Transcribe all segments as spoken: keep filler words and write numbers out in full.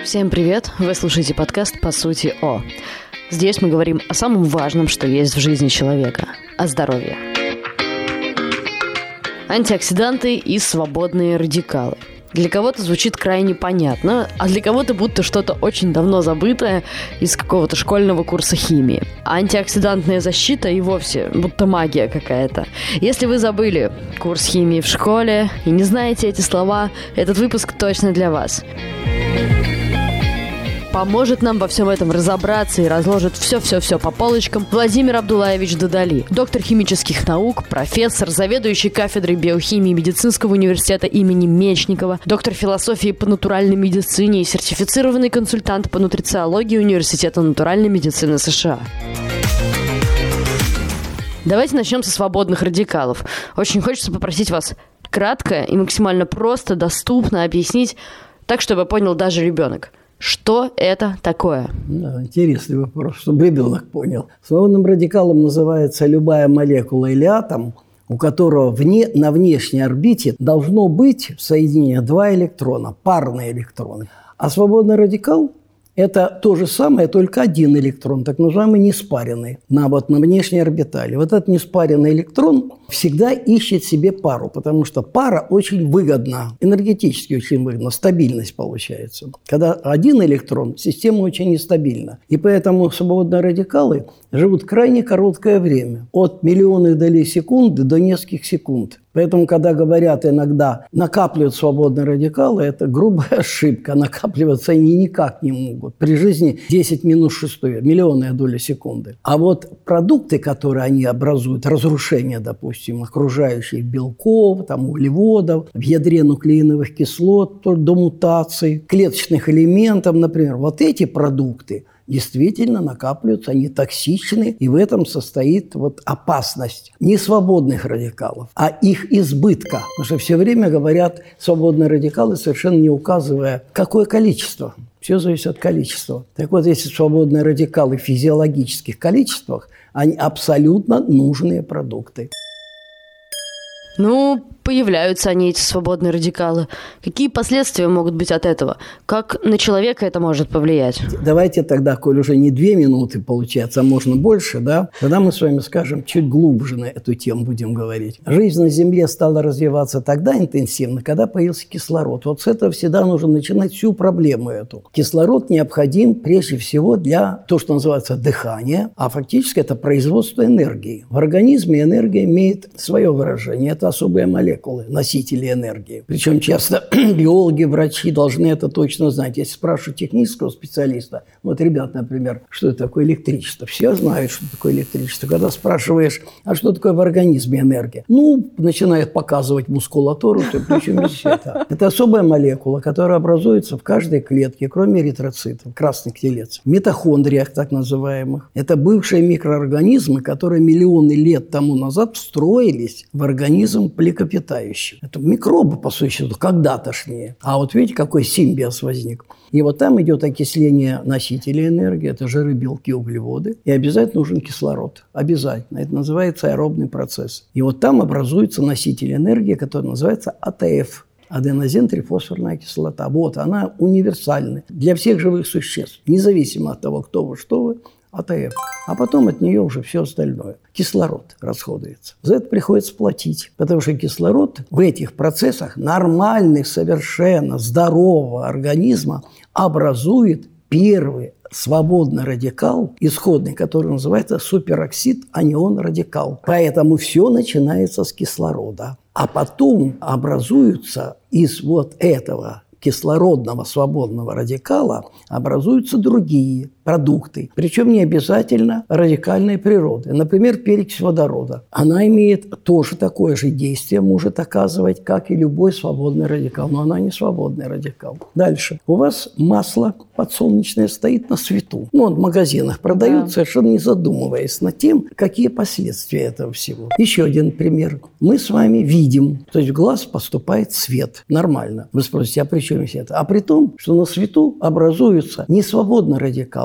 Всем привет! Вы слушаете подкаст «По сути О». Здесь мы говорим о самом важном, что есть в жизни человека – о здоровье. Антиоксиданты и свободные радикалы. Для кого-то звучит крайне понятно, а для кого-то будто что-то очень давно забытое из какого-то школьного курса химии. А антиоксидантная защита и вовсе будто магия какая-то. Если вы забыли курс химии в школе и не знаете эти слова, этот выпуск точно для вас. Поможет нам во всем этом разобраться и разложит все-все-все по полочкам Владимир Абдулаевич Дадали, доктор химических наук, профессор, заведующий кафедрой биохимии Медицинского университета имени Мечникова, доктор философии по натуральной медицине и сертифицированный консультант по нутрициологии Университета натуральной медицины США. Давайте начнем со свободных радикалов. Очень хочется попросить вас кратко и максимально просто, доступно объяснить так, чтобы понял даже ребенок. Что это такое? Да, интересный вопрос, чтобы ребенок понял. Свободным радикалом называется любая молекула или атом, у которого вне, на внешней орбите должно быть в соединении два электрона, парные электроны. А свободный радикал – это то же самое, только один электрон, так называемый неспаренный, на, вот, на внешней орбитали. Вот этот неспаренный электрон всегда ищет себе пару, потому что пара очень выгодна, энергетически очень выгодна, стабильность получается. Когда один электрон, система очень нестабильна. И поэтому свободные радикалы живут крайне короткое время, от миллионных долей секунды до нескольких секунд. Поэтому, когда говорят иногда накапливают свободные радикалы, это грубая ошибка. Накапливаться они никак не могут. При жизни десять минус шестую, миллионная доля секунды. А вот продукты, которые они образуют, разрушение, допустим, окружающих белков, там, углеводов, в ядре нуклеиновых кислот, до мутаций, клеточных элементов, например, вот эти продукты действительно накапливаются, они токсичны, и в этом состоит вот опасность не свободных радикалов, а их избытка. Потому что все время говорят свободные радикалы, совершенно не указывая, какое количество. Все зависит от количества. Так вот, если свободные радикалы в физиологических количествах, они абсолютно нужные продукты. Ну, появляются они, эти свободные радикалы. Какие последствия могут быть от этого? Как на человека это может повлиять? Давайте тогда, коль уже не две минуты получается, а можно больше, да, тогда мы с вами скажем, чуть глубже на эту тему будем говорить. Жизнь на Земле стала развиваться тогда интенсивно, когда появился кислород. Вот с этого всегда нужно начинать всю проблему эту. Кислород необходим прежде всего для того, что называется дыхание, а фактически это производство энергии. В организме энергия имеет свое выражение. Это особые молекулы, носители энергии. Причем часто биологи, врачи должны это точно знать. Если спрашивают технического специалиста, вот, ребят, например, что это такое электричество? Все знают, что такое электричество. Когда спрашиваешь, а что такое в организме энергия? Ну, начинает показывать мускулатуру, то причем здесь это. Это особая молекула, которая образуется в каждой клетке, кроме эритроцитов, красных телец. В митохондриях, так называемых. Это бывшие микроорганизмы, которые миллионы лет тому назад встроились в организм млекопитающих. Это микробы, по существу, когда-тошние. А вот видите, какой симбиоз возник. И вот там идет окисление носителей энергии, это жиры, белки, углеводы. И обязательно нужен кислород. Обязательно. Это называется аэробный процесс. И вот там образуется носитель энергии, который называется А Т Ф. Аденозин-трифосфорная кислота. Вот, она универсальна для всех живых существ, независимо от того, кто вы, что вы. А Т Ф. А потом от нее уже все остальное. Кислород расходуется. За это приходится платить. Потому что кислород в этих процессах нормальных, совершенно здорового организма образует первый свободный радикал, исходный, который называется супероксид анион радикал. Поэтому все начинается с кислорода. А потом образуются из вот этого кислородного свободного радикала образуются другие продукты. Причем не обязательно радикальной природы. Например, перекись водорода. Она имеет тоже такое же действие, может оказывать, как и любой свободный радикал. Но она не свободный радикал. Дальше. У вас масло подсолнечное стоит на свету. Ну, он в магазинах продают, да, совершенно не задумываясь над тем, какие последствия этого всего. Еще один пример. Мы с вами видим, то есть в глаз поступает свет. Нормально. Вы спросите, а при чем это? А при том, что на свету образуется не свободный радикал,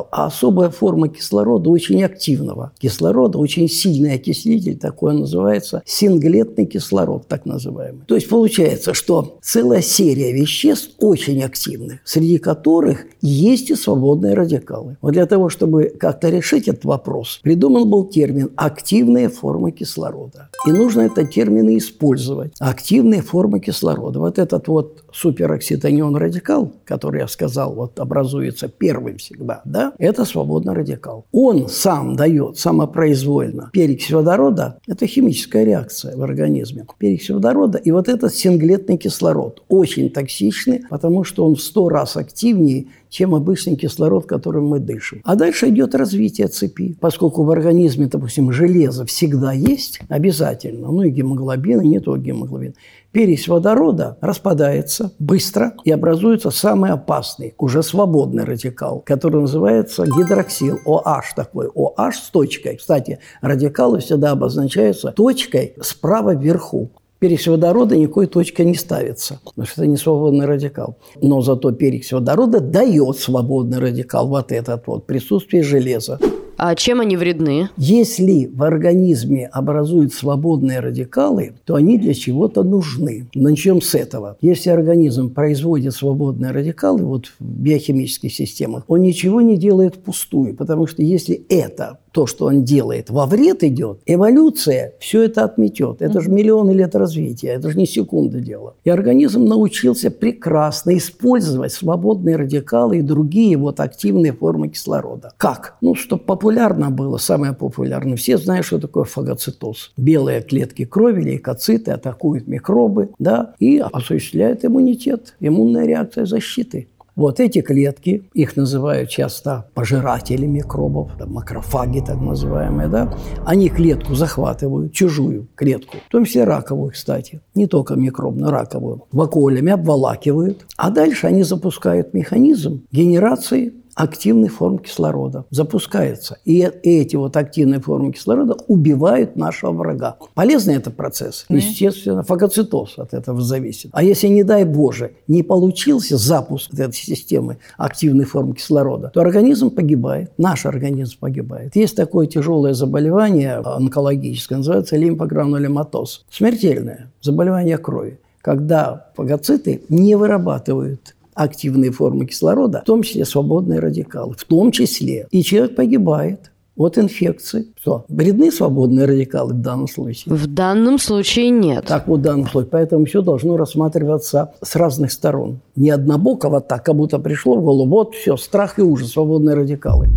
а особая форма кислорода, очень активного кислорода, очень сильный окислитель, такой он называется, синглетный кислород, так называемый. То есть получается, что целая серия веществ очень активных, среди которых есть и свободные радикалы. Вот для того, чтобы как-то решить этот вопрос, придуман был термин «активные формы кислорода». И нужно этот термин и использовать. Активные формы кислорода. Вот этот вот суперокситонион радикал, который я сказал, вот образуется первым всегда, да, это свободный радикал. Он сам дает самопроизвольно перекись водорода, это химическая реакция в организме, перекись водорода, и вот этот синглетный кислород очень токсичный, потому что он в сто раз активнее, чем обычный кислород, которым мы дышим. А дальше идет развитие цепи. Поскольку в организме, допустим, железо всегда есть, обязательно, ну и гемоглобин, и не только гемоглобин, перекись водорода распадается быстро и образуется самый опасный, уже свободный радикал, который называется гидроксил, OH такой, OH с точкой. Кстати, радикалы всегда обозначаются точкой справа вверху. Перекись водорода никакой точкой не ставится, потому что это не свободный радикал. Но зато перекись водорода дает свободный радикал, вот этот вот, присутствие железа. А чем они вредны? Если в организме образуют свободные радикалы, то они для чего-то нужны. Начнем с этого. Если организм производит свободные радикалы вот в биохимических системах, он ничего не делает впустую, потому что если это то, что он делает, во вред идет, эволюция все это отметет. Это же миллионы лет развития, это же не секунды дела. И организм научился прекрасно использовать свободные радикалы и другие вот активные формы кислорода. Как? Ну, чтобы популярно было, самое популярное. Все знают, что такое фагоцитоз. Белые клетки крови, лейкоциты атакуют микробы, да, и осуществляют иммунитет, иммунная реакция защиты. Вот эти клетки, их называют часто пожиратели микробов, макрофаги так называемые, да, они клетку захватывают, чужую клетку, в том числе раковую, кстати, не только микробную, раковую, вакуолями обволакивают, а дальше они запускают механизм генерации активных форм кислорода. Запускается. И эти вот активные формы кислорода убивают нашего врага. Полезный это процесс? Естественно, фагоцитоз от этого зависит. А если, не дай Боже, не получился запуск этой системы активных форм кислорода, то организм погибает. Наш организм погибает. Есть такое тяжелое заболевание онкологическое, называется лимфогранулематоз. Смертельное заболевание крови, когда фагоциты не вырабатывают активные формы кислорода, в том числе свободные радикалы, в том числе. И человек погибает от инфекции. Что? Вредны свободные радикалы в данном случае? В данном случае нет. Так вот в данном случае. Поэтому все должно рассматриваться с разных сторон. Не однобоково так, как будто пришло в голову, вот все, страх и ужас, свободные радикалы.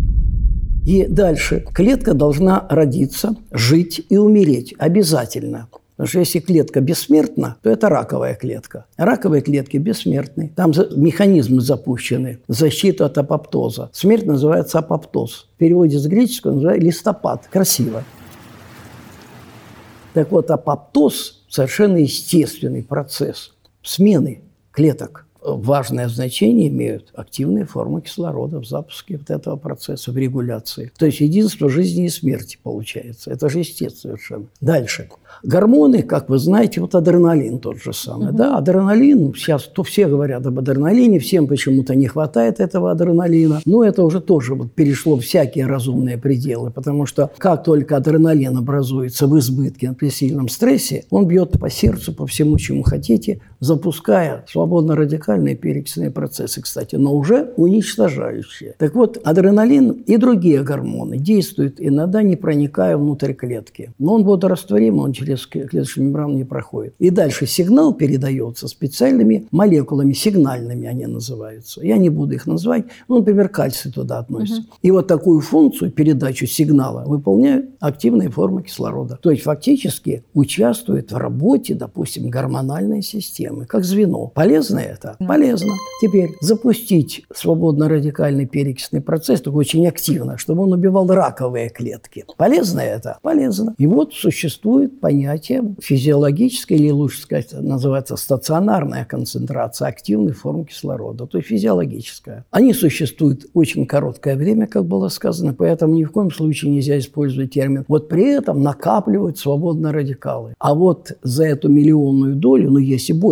И дальше. Клетка должна родиться, жить и умереть. Обязательно. Потому что если клетка бессмертна, то это раковая клетка. Раковые клетки бессмертны. Там механизмы запущены. Защита от апоптоза. Смерть называется апоптоз. В переводе с греческого называется листопад. Красиво. Так вот, апоптоз – совершенно естественный процесс смены клеток. Важное значение имеют активные формы кислорода в запуске вот этого процесса, в регуляции. То есть единство жизни и смерти получается. Это же естественно совершенно. Дальше. Гормоны, как вы знаете, вот адреналин тот же самый. Uh-huh. Да, адреналин, сейчас то все говорят об адреналине, всем почему-то не хватает этого адреналина. Но это уже тоже вот перешло всякие разумные пределы, потому что как только адреналин образуется в избытке при сильном стрессе, он бьет по сердцу, по всему, чему хотите, запуская свободно-радикальные перекисные процессы, кстати, но уже уничтожающие. Так вот, адреналин и другие гормоны действуют иногда, не проникая внутрь клетки. Но он водорастворим, он через клеточную мембрану не проходит. И дальше сигнал передается специальными молекулами, сигнальными они называются. Я не буду их называть, ну, например, кальций туда относится. Uh-huh. И вот такую функцию, передачу сигнала, выполняют активные формы кислорода. То есть фактически участвуют в работе, допустим, гормональной системы, как звено. Полезно это? Uh-huh. Полезно. Теперь запустить свободно-радикальный перекисный процесс, только очень активно, чтобы он убивал раковые клетки. Полезно это? Полезно. И вот существует понятие физиологической, или лучше сказать, называется стационарная концентрация активных форм кислорода, то есть физиологическая. Они существуют очень короткое время, как было сказано, поэтому ни в коем случае нельзя использовать термин. Вот при этом накапливают свободные радикалы. А вот за эту миллионную долю, ну если больше,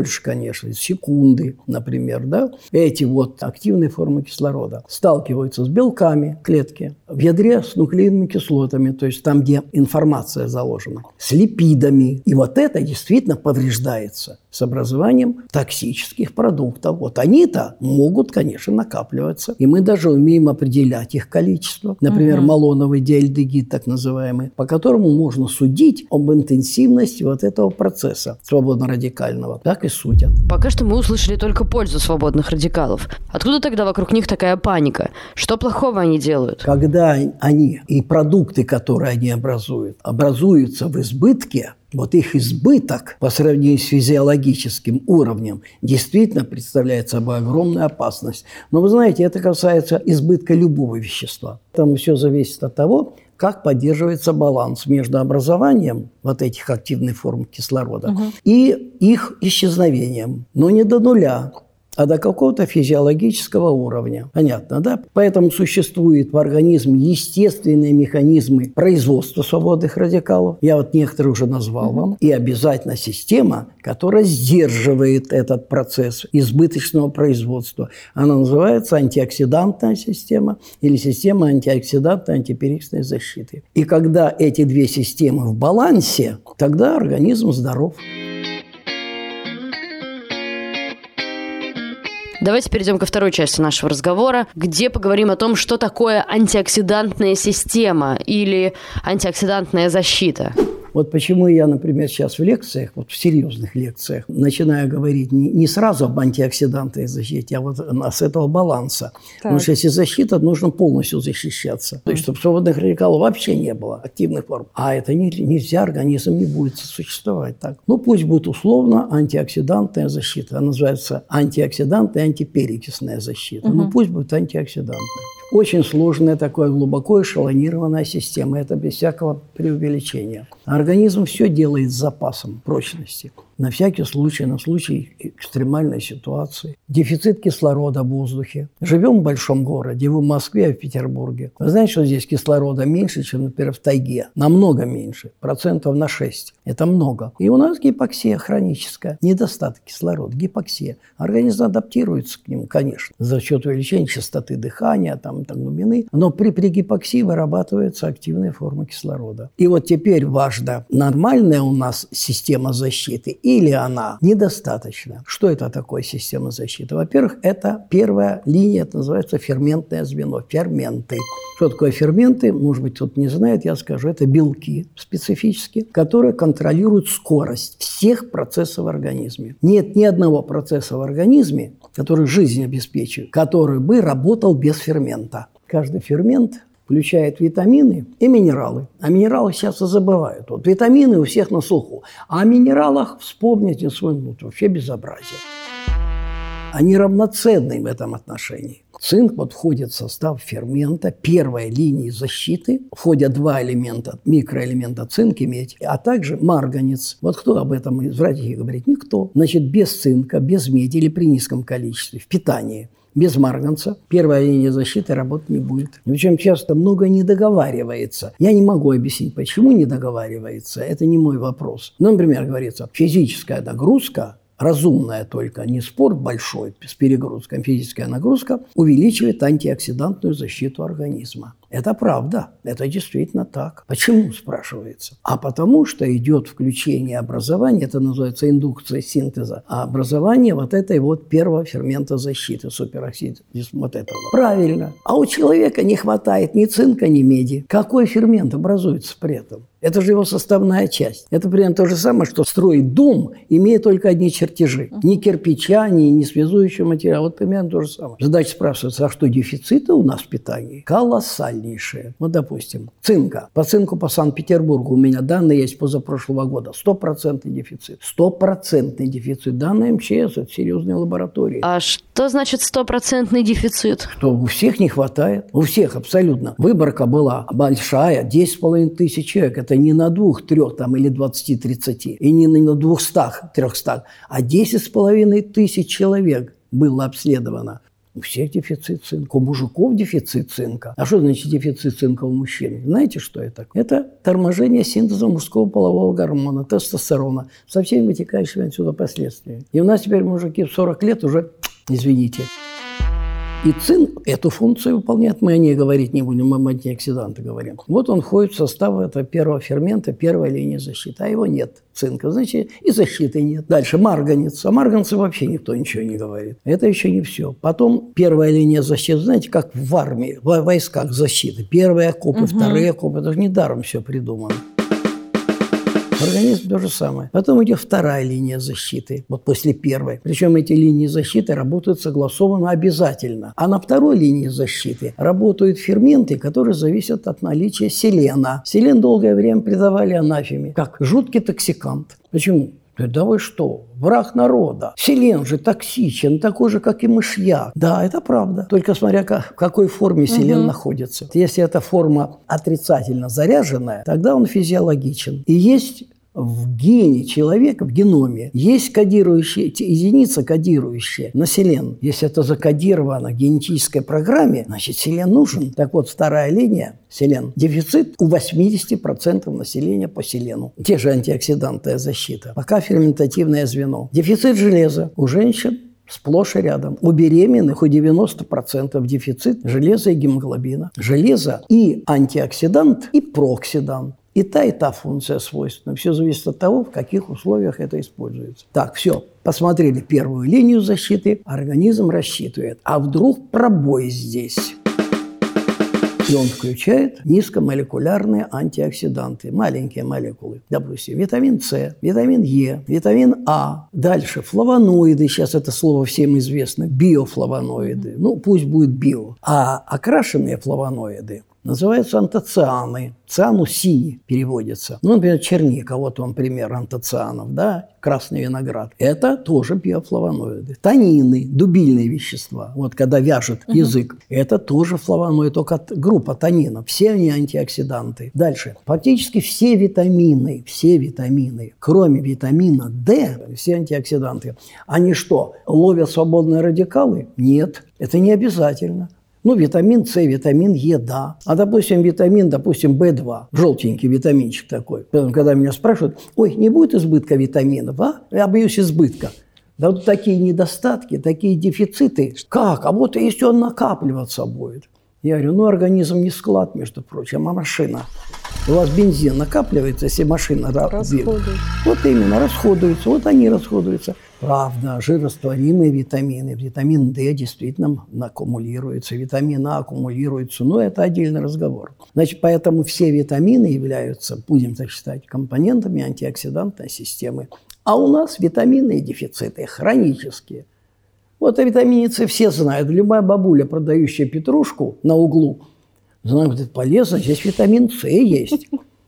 больше, конечно, секунды, например, да, эти вот активные формы кислорода сталкиваются с белками клетки, в ядре с нуклеиновыми кислотами, то есть там, где информация заложена, с липидами. И вот это действительно повреждается с образованием токсических продуктов. Вот они-то могут, конечно, накапливаться. И мы даже умеем определять их количество. Например, угу. малоновый диальдегид, так называемый, по которому можно судить об интенсивности вот этого процесса свободно-радикального. Так и судят. Пока что мы услышали только пользу свободных радикалов. Откуда тогда вокруг них такая паника? Что плохого они делают? Когда они и продукты, которые они образуют, образуются в избытке, вот их избыток по сравнению с физиологическим уровнем действительно представляет собой огромную опасность. Но вы знаете, это касается избытка любого вещества. Там все зависит от того, как поддерживается баланс между образованием вот этих активных форм кислорода угу. и их исчезновением. Но не до нуля, а до какого-то физиологического уровня. Понятно, да? Поэтому существуют в организме естественные механизмы производства свободных радикалов. Я вот некоторые уже назвал вам. И обязательно система, которая сдерживает этот процесс избыточного производства. Она называется антиоксидантная система или система антиоксидантной антипероксидной защиты. И когда эти две системы в балансе, тогда организм здоров. Давайте перейдем ко второй части нашего разговора, где поговорим о том, что такое антиоксидантная система или антиоксидантная защита. Вот почему я, например, сейчас в лекциях, вот в серьезных лекциях, начинаю говорить не, не сразу об антиоксидантной защите, а вот с этого баланса. Так. Потому что если защита, нужно полностью защищаться. То есть, чтобы свободных радикалов вообще не было, активных форм. А это не, нельзя, организм не будет существовать так. Ну, пусть будет условно антиоксидантная защита. Она называется антиоксидантная антиперокисная защита. Угу. Ну, пусть будет антиоксидантная. Очень сложная такая глубоко эшелонированная система. Это без всякого преувеличения. Организм все делает с запасом прочности. На всякий случай, на случай экстремальной ситуации. Дефицит кислорода в воздухе. Живем в большом городе, в Москве, в Петербурге. Вы знаете, что здесь кислорода меньше, чем, например, в тайге? Намного меньше. Процентов на шесть. Это много. И у нас гипоксия хроническая. Недостаток кислорода, гипоксия. Организм адаптируется к нему, конечно, за счет увеличения частоты дыхания, там, там, глубины. Но при, при гипоксии вырабатывается активная форма кислорода. И вот теперь важно, нормальная у нас система защиты или она недостаточна. Что это такое система защиты? Во-первых, это первая линия, это называется ферментное звено, ферменты. Что такое ферменты? Может быть, кто-то не знает, я скажу. Это белки специфические, которые контролируют скорость всех процессов в организме. Нет ни одного процесса в организме, который жизнь обеспечивает, который бы работал без фермента. Каждый фермент включает витамины и минералы. А минералы сейчас и забывают. Вот витамины у всех на слуху. А о минералах вспомните свой внутрь. Вообще безобразие. Они равноценны в этом отношении. Цинк вот входит в состав фермента первой линии защиты. Входят два элемента, микроэлемента цинк и медь, а также марганец. Вот кто об этом из врачей говорит? Никто. Значит, без цинка, без меди или при низком количестве в питании, без марганца первая линия защиты работать не будет. Причем часто много не договаривается. Я не могу объяснить, почему не договаривается. Это не мой вопрос. Ну, например, говорится, физическая нагрузка, разумная только, не спорт большой с перегрузкой, физическая нагрузка увеличивает антиоксидантную защиту организма. Это правда, это действительно так. Почему, спрашивается? А потому что идет включение образования, это называется индукция синтеза, а образование вот этой вот первого фермента защиты, супероксид, вот этого. Правильно. А у человека не хватает ни цинка, ни меди. Какой фермент образуется при этом? Это же его составная часть. Это примерно то же самое, что строить дом, имея только одни чертежи. Ни кирпича, ни, ни связующего материала. Вот примерно то же самое. Задача спрашивается, а что дефициты у нас в питании? Колоссальнейшие. Вот, допустим, цинка. По цинку по Санкт-Петербургу у меня данные есть позапрошлого года. Стопроцентный дефицит. Стопроцентный дефицит. Данные эм че эс, это серьезные лаборатории. А что значит стопроцентный дефицит? Что у всех не хватает. У всех абсолютно. Выборка была большая, десять с половиной тысяч человек. Это не на двух, трех там, или двадцати-тридцати, и не на двухстах, трехстах, а десять с половиной тысяч человек было обследовано. У всех дефицит цинка. У мужиков дефицит цинка. А что значит дефицит цинка у мужчин? Знаете, что это? Это торможение синтеза мужского полового гормона, тестостерона, со всеми вытекающими отсюда последствиями. И у нас теперь мужики в сорок лет уже, извините. И цинк эту функцию выполняет. Мы о ней говорить не будем, мы об антиоксиданты говорим. Вот он входит в состав этого первого фермента, первой линии защиты. А его нет, цинка. Значит, и защиты нет. Дальше марганец. О марганце вообще никто ничего не говорит. Это еще не все. Потом первая линия защиты. Знаете, как в армии, в войсках защиты. Первые окопы, угу. вторые окопы. Это же недаром все придумано. Организм то же самое. Потом идет вторая линия защиты, вот после первой. Причем эти линии защиты работают согласованно обязательно. А на второй линии защиты работают ферменты, которые зависят от наличия селена. Селен долгое время придавали анафеме, как жуткий токсикант. Почему? Да вы что? Враг народа. Селен же токсичен, такой же, как и мышьяк. Да, это правда. Только смотря как, в какой форме селен угу. находится. Если эта форма отрицательно заряженная, тогда он физиологичен. И есть в гене человека, в геноме, есть кодирующая, единица кодирующая на селен. Если это закодировано в генетической программе, значит, селен нужен. Так вот, вторая линия, селен. Дефицит у восемьдесят процентов населения по селену. Те же антиоксидантная защита. Пока ферментативное звено. Дефицит железа у женщин сплошь и рядом. У беременных у девяноста процентов дефицит железа и гемоглобина. Железо и антиоксидант, и прооксидант. И та, и та функция свойственна. Все зависит от того, в каких условиях это используется. Так, все. Посмотрели первую линию защиты. Организм рассчитывает. А вдруг пробой здесь? И он включает низкомолекулярные антиоксиданты. Маленькие молекулы. Допустим, витамин С, витамин Е, витамин А. Дальше флавоноиды. Сейчас это слово всем известно. Биофлавоноиды. Ну, пусть будет био. А окрашенные флавоноиды называются антоцианы. Цианусини переводится. Ну, например, черника. Вот вам пример антоцианов, да? Красный виноград. Это тоже биофлавоноиды. Танины, дубильные вещества. Вот когда вяжет uh-huh. язык. Это тоже флавоноиды, только группа танинов. Все они антиоксиданты. Дальше. Фактически все витамины, все витамины, кроме витамина D, все антиоксиданты. Они что, ловят свободные радикалы? Нет. Это не обязательно. Ну, витамин С, витамин Е, да. А, допустим, витамин, допустим, В два. Желтенький витаминчик такой. Поэтому, когда меня спрашивают, ой, не будет избытка витаминов, а? Я боюсь избытка. Да вот такие недостатки, такие дефициты. Как? А вот если он накапливаться будет? Я говорю, ну, организм не склад, между прочим, а машина. У вас бензин накапливается, если машина расходуется. Вот именно, расходуется. Вот они расходуются. Правда, жирорастворимые витамины. Витамин D действительно аккумулируется, витамин А аккумулируется. Но это отдельный разговор. Значит, поэтому все витамины являются, будем так считать, компонентами антиоксидантной системы. А у нас витаминные дефициты хронические. Вот о витамине С все знают. Любая бабуля, продающая петрушку на углу, знает, что это полезно, здесь витамин С есть.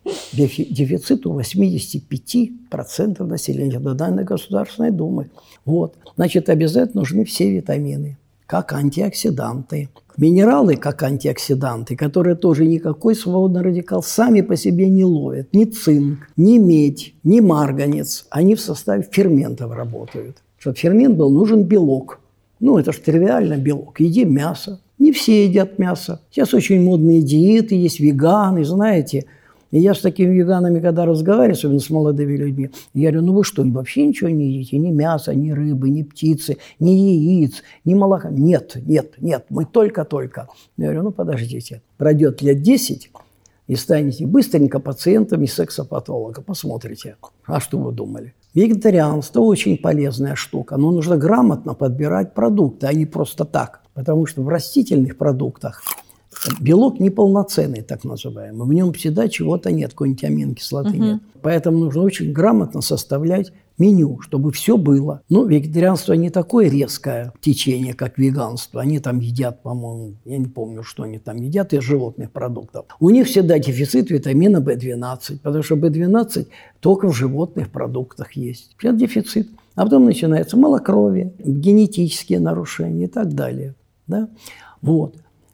Дефицит у восемьдесят пять процентов населения до данной Государственной Думы. Вот. Значит, обязательно нужны все витамины, как антиоксиданты. Минералы, как антиоксиданты, которые тоже никакой свободный радикал сами по себе не ловят. Ни цинк, ни медь, ни марганец. Они в составе ферментов работают. Чтобы фермент был, нужен белок. Ну, это же тривиально белок. Едим мясо. Не все едят мясо. Сейчас очень модные диеты, есть веганы, знаете. И я с такими веганами, когда разговариваю, особенно с молодыми людьми, я говорю, ну вы что, вообще ничего не едите? Ни мяса, ни рыбы, ни птицы, ни яиц, ни молока. Нет, нет, нет, мы только-только. Я говорю, ну подождите, пройдет лет десять, и станете быстренько пациентами сексопатолога. Посмотрите. А что вы думали? Вегетарианство очень полезная штука, но нужно грамотно подбирать продукты, а не просто так. Потому что в растительных продуктах белок неполноценный, так называемый. В нем всегда чего-то нет, какой-нибудь аминокислоты uh-huh. нет. Поэтому нужно очень грамотно составлять меню, чтобы все было. Но вегетарианство не такое резкое течение, как веганство. Они там едят, по-моему, я не помню, что они там едят из животных продуктов. У них всегда дефицит витамина В двенадцать, потому что В двенадцать только в животных продуктах есть. Это дефицит. А потом начинается малокровие, генетические нарушения и так далее. Да? Вот.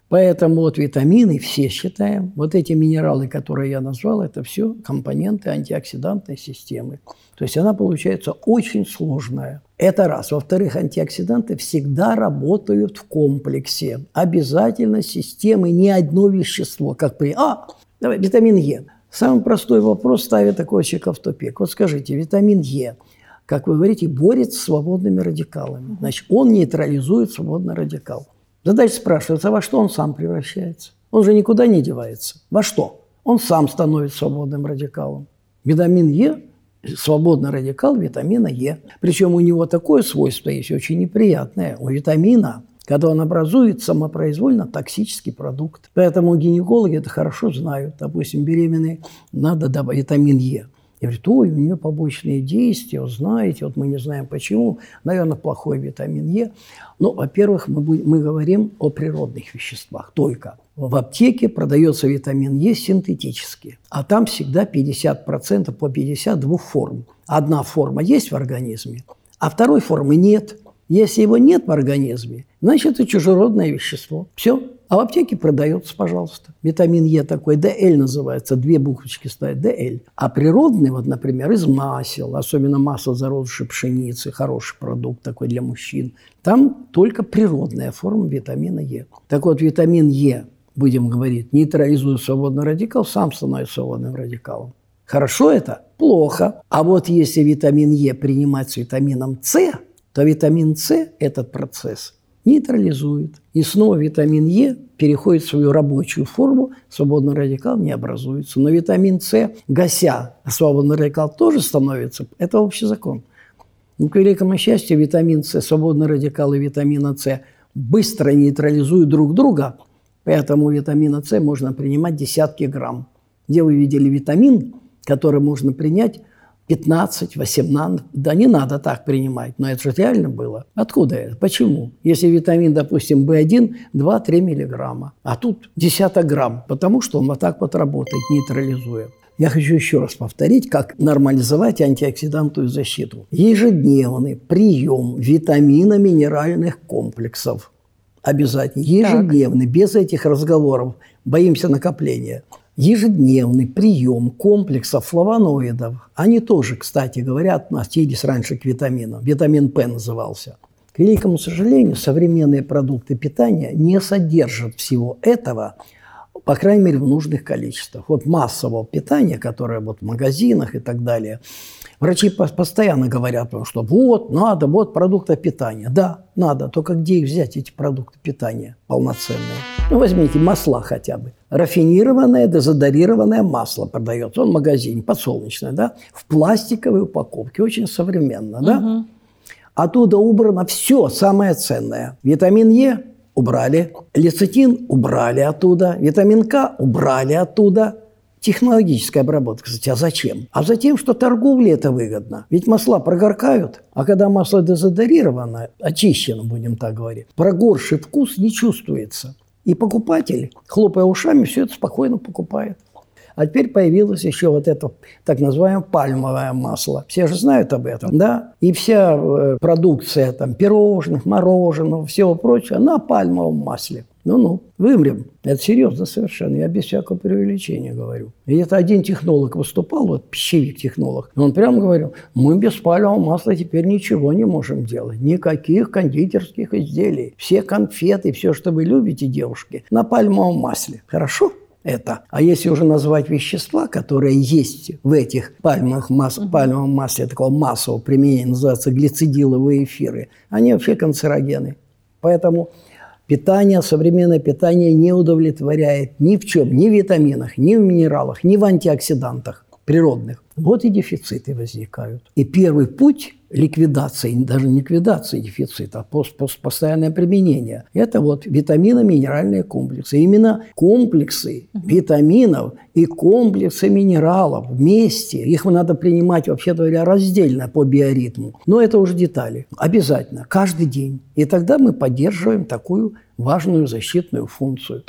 Поэтому вот витамины все считаем. Вот эти минералы, которые я назвал, это все компоненты антиоксидантной системы. То есть она получается очень сложная. Это раз. Во-вторых, антиоксиданты всегда работают в комплексе. Обязательно системы, не одно вещество. Как при... А, давай, витамин Е. Самый простой вопрос ставит такой человека в тупик. Вот скажите, витамин Е, как вы говорите, борется с свободными радикалами. Значит, он нейтрализует свободный радикал. Задача спрашивается, а во что он сам превращается? Он же никуда не девается. Во что? Он сам становится свободным радикалом. Витамин Е – свободный радикал витамина Е. Причем у него такое свойство есть очень неприятное. У витамина, когда он образует самопроизвольно токсический продукт. Поэтому гинекологи это хорошо знают. Допустим, беременной надо добавить витамин Е. И говорит, ой, у нее побочные действия, вы знаете, вот мы не знаем почему, наверное, плохой витамин Е. Ну, во-первых, мы, будем, мы говорим о природных веществах только. В аптеке продается витамин Е синтетически, а там всегда пятьдесят процентов по пятьдесят двух форм. Одна форма есть в организме, а второй формы нет. Если его нет в организме, значит, это чужеродное вещество. Все. А в аптеке продается, пожалуйста. Витамин Е такой, Д Л называется, две буквочки стоят, Д Л. А природный, вот, например, из масел, особенно масло зародышей пшеницы, хороший продукт такой для мужчин, там только природная форма витамина Е. Так вот, витамин Е, будем говорить, нейтрализует свободный радикал, сам становится свободным радикалом. Хорошо это? Плохо. А вот если витамин Е принимать с витамином С, то витамин С этот процесс нейтрализует. И снова витамин Е переходит в свою рабочую форму, свободный радикал не образуется. Но витамин С, гася свободный радикал, тоже становится. Это общий закон. Но, к великому счастью, витамин С, свободные радикалы витамина С быстро нейтрализуют друг друга, поэтому витамина С можно принимать десятки грамм. Где вы видели витамин, который можно принять пятнадцать, восемнадцать, да не надо так принимать, но это же реально было. Откуда это? Почему? Если витамин, допустим, В один, два-три миллиграмма, а тут десяток грамм, потому что он вот так вот работает, нейтрализуя. Я хочу еще раз повторить, как нормализовать антиоксидантную защиту. Ежедневный прием витаминно-минеральных комплексов. Обязательно. Ежедневный, так. Без этих разговоров. Боимся накопления. Ежедневный прием комплексов флавоноидов. Они тоже, кстати говоря, относились раньше к витаминам. Витамин П назывался. К великому сожалению, современные продукты питания не содержат всего этого, по крайней мере, в нужных количествах. Вот массового питания, которое вот в магазинах и так далее, врачи постоянно говорят, что вот, надо, вот продукты питания. Да, надо, только где их взять, эти продукты питания полноценные? Ну, возьмите масла хотя бы. Рафинированное, дезодорированное масло продается. Он в магазине, подсолнечное, да, в пластиковой упаковке, очень современно, да. Угу. Оттуда убрано все самое ценное. Витамин Е убрали, лецитин убрали оттуда, витамин К убрали оттуда. Технологическая обработка. Кстати, а зачем? А затем, что торговле это выгодно. Ведь масла прогоркают, а когда масло дезодорировано, очищено, будем так говорить, прогорший вкус не чувствуется. И покупатель, хлопая ушами, все это спокойно покупает. А теперь появилось еще вот это так называемое пальмовое масло. Все же знают об этом, да? И вся э, продукция там, пирожных, мороженого, всего прочего на пальмовом масле. Ну-ну, вымрем. Это серьезно совершенно. Я без всякого преувеличения говорю. И это один технолог выступал, вот пищевик-технолог. Он прямо говорил, мы без пальмового масла теперь ничего не можем делать. Никаких кондитерских изделий. Все конфеты, все, что вы любите, девушки, на пальмовом масле. Хорошо? Это. А если уже назвать вещества, которые есть в этих пальмовых мас... uh-huh. пальмовом масле, такого массового применения, называются глицидиловые эфиры, они вообще канцерогены. Поэтому питание, современное питание не удовлетворяет ни в чем, ни в витаминах, ни в минералах, ни в антиоксидантах природных. Вот и дефициты возникают. И первый путь ликвидации, даже не ликвидации дефицита, а постоянное применение, это вот витамино-минеральные комплексы. Именно комплексы витаминов и комплексы минералов вместе. Их надо принимать, вообще говоря, раздельно по биоритму. Но это уже детали. Обязательно, каждый день. И тогда мы поддерживаем такую важную защитную функцию.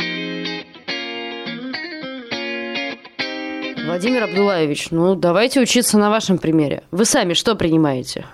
Владимир Абдуллаевич, ну давайте учиться на вашем примере. Вы сами что принимаете?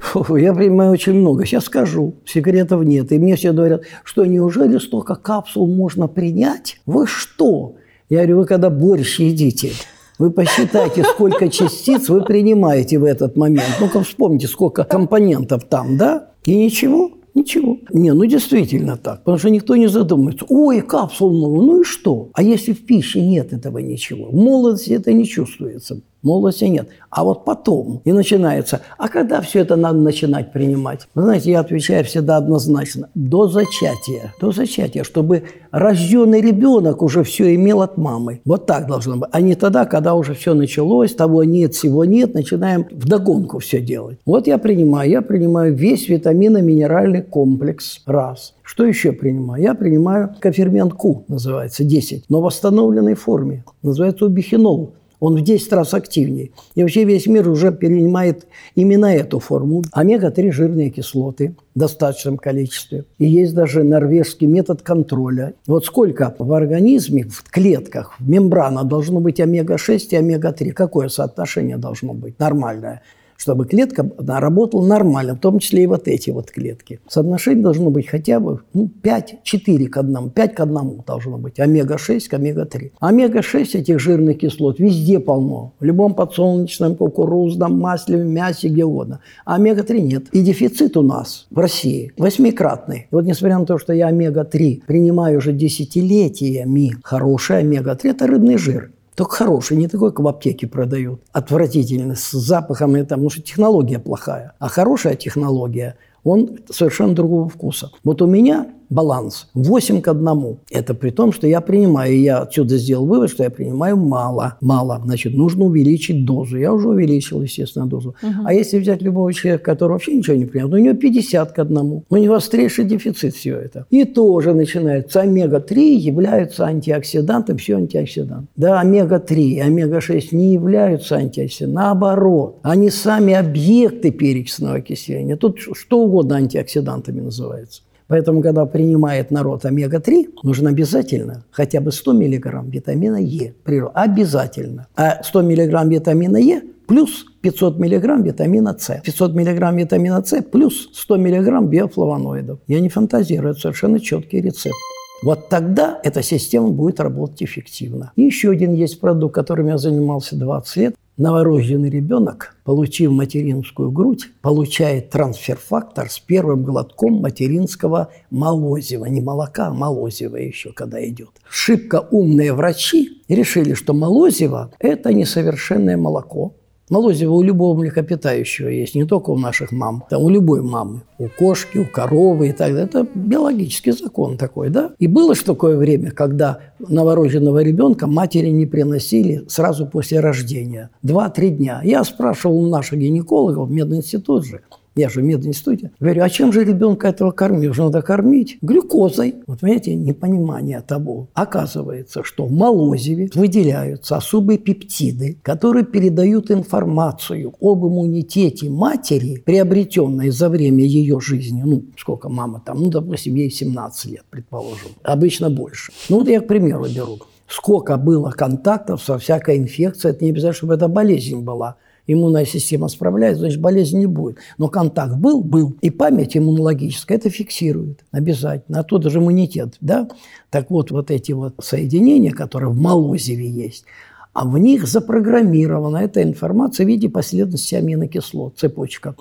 Фу, я принимаю очень много. Сейчас скажу, секретов нет. И мне все говорят, что неужели столько капсул можно принять? Вы что? Я говорю, вы когда борщ едите, вы посчитайте, сколько частиц вы принимаете в этот момент. Ну-ка вспомните, сколько компонентов там, да? И ничего. Ничего. Не, ну действительно так. Потому что никто не задумывается. Ой, капсул много. Ну и что? А если в пище нет этого ничего? В молодости это не чувствуется. В молодости нет. А вот потом и начинается. А когда все это надо начинать принимать? Вы знаете, я отвечаю всегда однозначно. До зачатия. До зачатия. Чтобы рожденный ребенок уже все имел от мамы. Вот так должно быть. А не тогда, когда уже все началось, того нет, всего нет, начинаем вдогонку все делать. Вот я принимаю. Я принимаю весь витаминно-минеральный комплекс. Раз. Что еще принимаю? Я принимаю кофермент Q, называется, десять, но в восстановленной форме. Называется убихинол. Он в десять раз активнее. И вообще весь мир уже принимает именно эту форму. омега три жирные кислоты в достаточном количестве. И есть даже норвежский метод контроля. Вот сколько в организме, в клетках, в мембранах должно быть омега шесть и омега три? Какое соотношение должно быть нормальное? Чтобы клетка работала нормально, в том числе и вот эти вот клетки. Соотношение должно быть хотя бы ну, пять-четыре к одному, пять к одному должно быть, омега шесть к омега три. омега шесть этих жирных кислот везде полно, в любом подсолнечном, кукурузном масле, мясе, где угодно. А омега три нет. И дефицит у нас в России восьмикратный. Вот несмотря на то, что я омега три принимаю уже десятилетиями, хороший омега три – это рыбный жир. Только хороший, не такой, как в аптеке продают. Отвратительный, с запахом, и там, потому что технология плохая. А хорошая технология, он совершенно другого вкуса. Вот у меня баланс восемь к одному. Это при том, что я принимаю, и я отсюда сделал вывод, что я принимаю мало. Мало. Значит, нужно увеличить дозу. Я уже увеличил, естественно, дозу. Угу. А если взять любого человека, который вообще ничего не принимает, у него пятьдесят к одному. У него острейший дефицит всего этого. И тоже начинается. омега три являются антиоксидантом, все антиоксиданты. Да, омега три и омега шесть не являются антиоксидантами. Наоборот. Они сами объекты перекисного окисления. Тут что угодно антиоксидантами называется. Поэтому, когда принимает народ омега три, нужно обязательно хотя бы сто миллиграмм витамина Е. Обязательно. А сто миллиграмм витамина Е плюс пятьсот миллиграмм витамина С. пятьсот миллиграмм витамина С плюс сто миллиграмм биофлавоноидов. Я не фантазирую, это совершенно четкий рецепт. Вот тогда эта система будет работать эффективно. И еще один есть продукт, которым я занимался двадцать лет. Новорожденный ребенок, получив материнскую грудь, получает трансфер-фактор с первым глотком материнского молозива. Не молока, а молозива еще когда идет. Шибко умные врачи решили, что молозиво – это несовершенное молоко. Молозиво у любого млекопитающего есть, не только у наших мам, там у любой мамы, у кошки, у коровы и так далее. Это биологический закон такой, да? И было же такое время, когда новорожденного ребенка матери не приносили сразу после рождения, два-три дня. Я спрашивал у наших гинекологов, в мединститут же, я же в мединституте, говорю, а чем же ребенка этого кормить? Уже надо кормить глюкозой. Вот, понимаете, непонимание того. Оказывается, что в молозиве выделяются особые пептиды, которые передают информацию об иммунитете матери, приобретенной за время ее жизни. Ну, сколько мама там? Ну, допустим, ей семнадцать лет, предположим. Обычно больше. Ну, вот я, к примеру, беру. Сколько было контактов со всякой инфекцией. Это не обязательно, чтобы это болезнь была. Иммунная система справляется, значит, болезни не будет. Но контакт был, был. И память иммунологическая это фиксирует обязательно. Оттуда же иммунитет, да? Так вот, вот эти вот соединения, которые в молозиве есть, а в них запрограммирована эта информация в виде последовательности аминокислот, цепочка.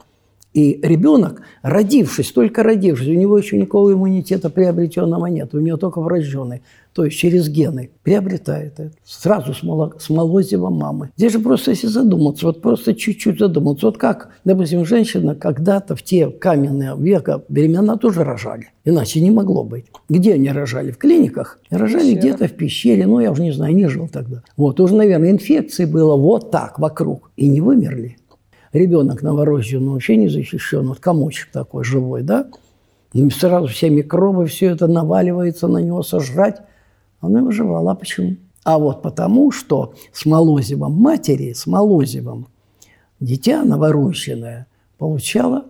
И ребенок, родившись, только родившись, у него еще никакого иммунитета приобретенного нет, у него только врожденный, то есть через гены, приобретает это. Сразу с, моло, с молозива мамы. Здесь же просто, если задуматься, вот просто чуть-чуть задуматься, вот как, допустим, женщина когда-то в те каменные века времена тоже рожали, иначе не могло быть. Где они рожали? В клиниках? Рожали где-то в пещере, ну, я уже не знаю, не жил тогда. Вот, уже, наверное, инфекции было вот так вокруг, и не вымерли. Ребенок новорожденный вообще не защищен, вот комочек такой живой, да? И сразу все микробы, все это наваливается на него, сожрать. Он и выживал. А почему? А вот потому, что с молозивом матери, с молозивом дитя новорожденное получало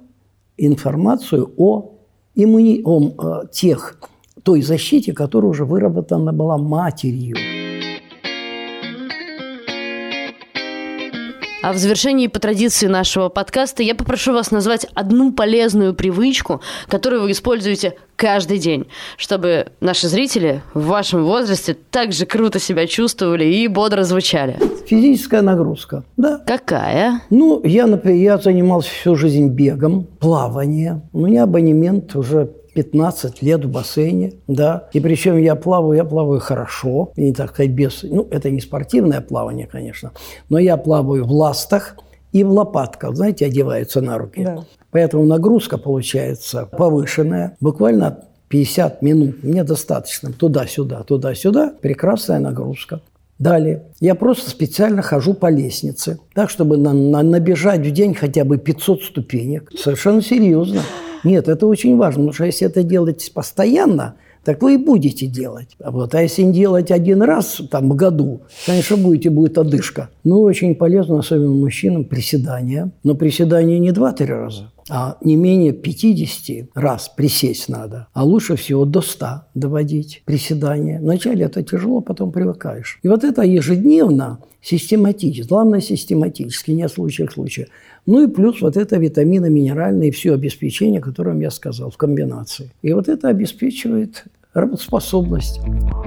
информацию о, иммуни... о тех, той защите, которая уже выработана была матерью. А в завершении, по традиции нашего подкаста, я попрошу вас назвать одну полезную привычку, которую вы используете каждый день, чтобы наши зрители в вашем возрасте так же круто себя чувствовали и бодро звучали. Физическая нагрузка, да. Какая? Ну, я, например, я занимался всю жизнь бегом, плавание. У меня абонемент уже пятнадцать лет в бассейне, да. И причем я плаваю, я плаваю хорошо, не так сказать, без... Ну, это не спортивное плавание, конечно, но я плаваю в ластах и в лопатках, знаете, одеваются на руки. Да. Поэтому нагрузка получается повышенная, буквально пятьдесят минут, мне достаточно, туда-сюда, туда-сюда, прекрасная нагрузка. Далее, я просто специально хожу по лестнице, так, чтобы на, на, набежать в день хотя бы пятьсот ступенек. Совершенно серьезно. Нет, это очень важно, потому что если это делаете постоянно, так вы и будете делать. А, вот, а если не делать один раз там, в году, конечно, будете, будет одышка. Ну, очень полезно, особенно мужчинам, приседания. Но приседания не два-три раза, а не менее пятьдесят раз присесть надо. А лучше всего до ста доводить приседания. Вначале это тяжело, потом привыкаешь. И вот это ежедневно, систематически, главное систематически, не от случая к случаю. Ну и плюс вот это витамины, минеральные, все обеспечение, о котором я сказал, в комбинации. И вот это обеспечивает работоспособность.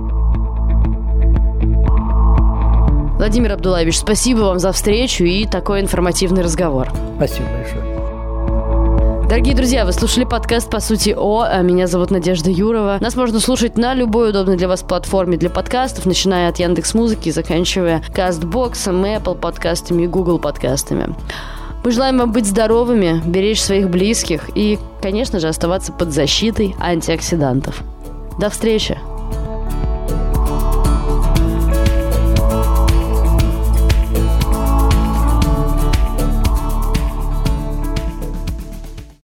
Владимир Абдуллаевич, спасибо вам за встречу и такой информативный разговор. Спасибо большое. Дорогие друзья, вы слушали подкаст «По сути О». Меня зовут Надежда Юрова. Нас можно слушать на любой удобной для вас платформе для подкастов, начиная от Яндекс.Музыки и заканчивая Кастбоксом, Apple подкастами и Google подкастами. Мы желаем вам быть здоровыми, беречь своих близких и, конечно же, оставаться под защитой антиоксидантов. До встречи!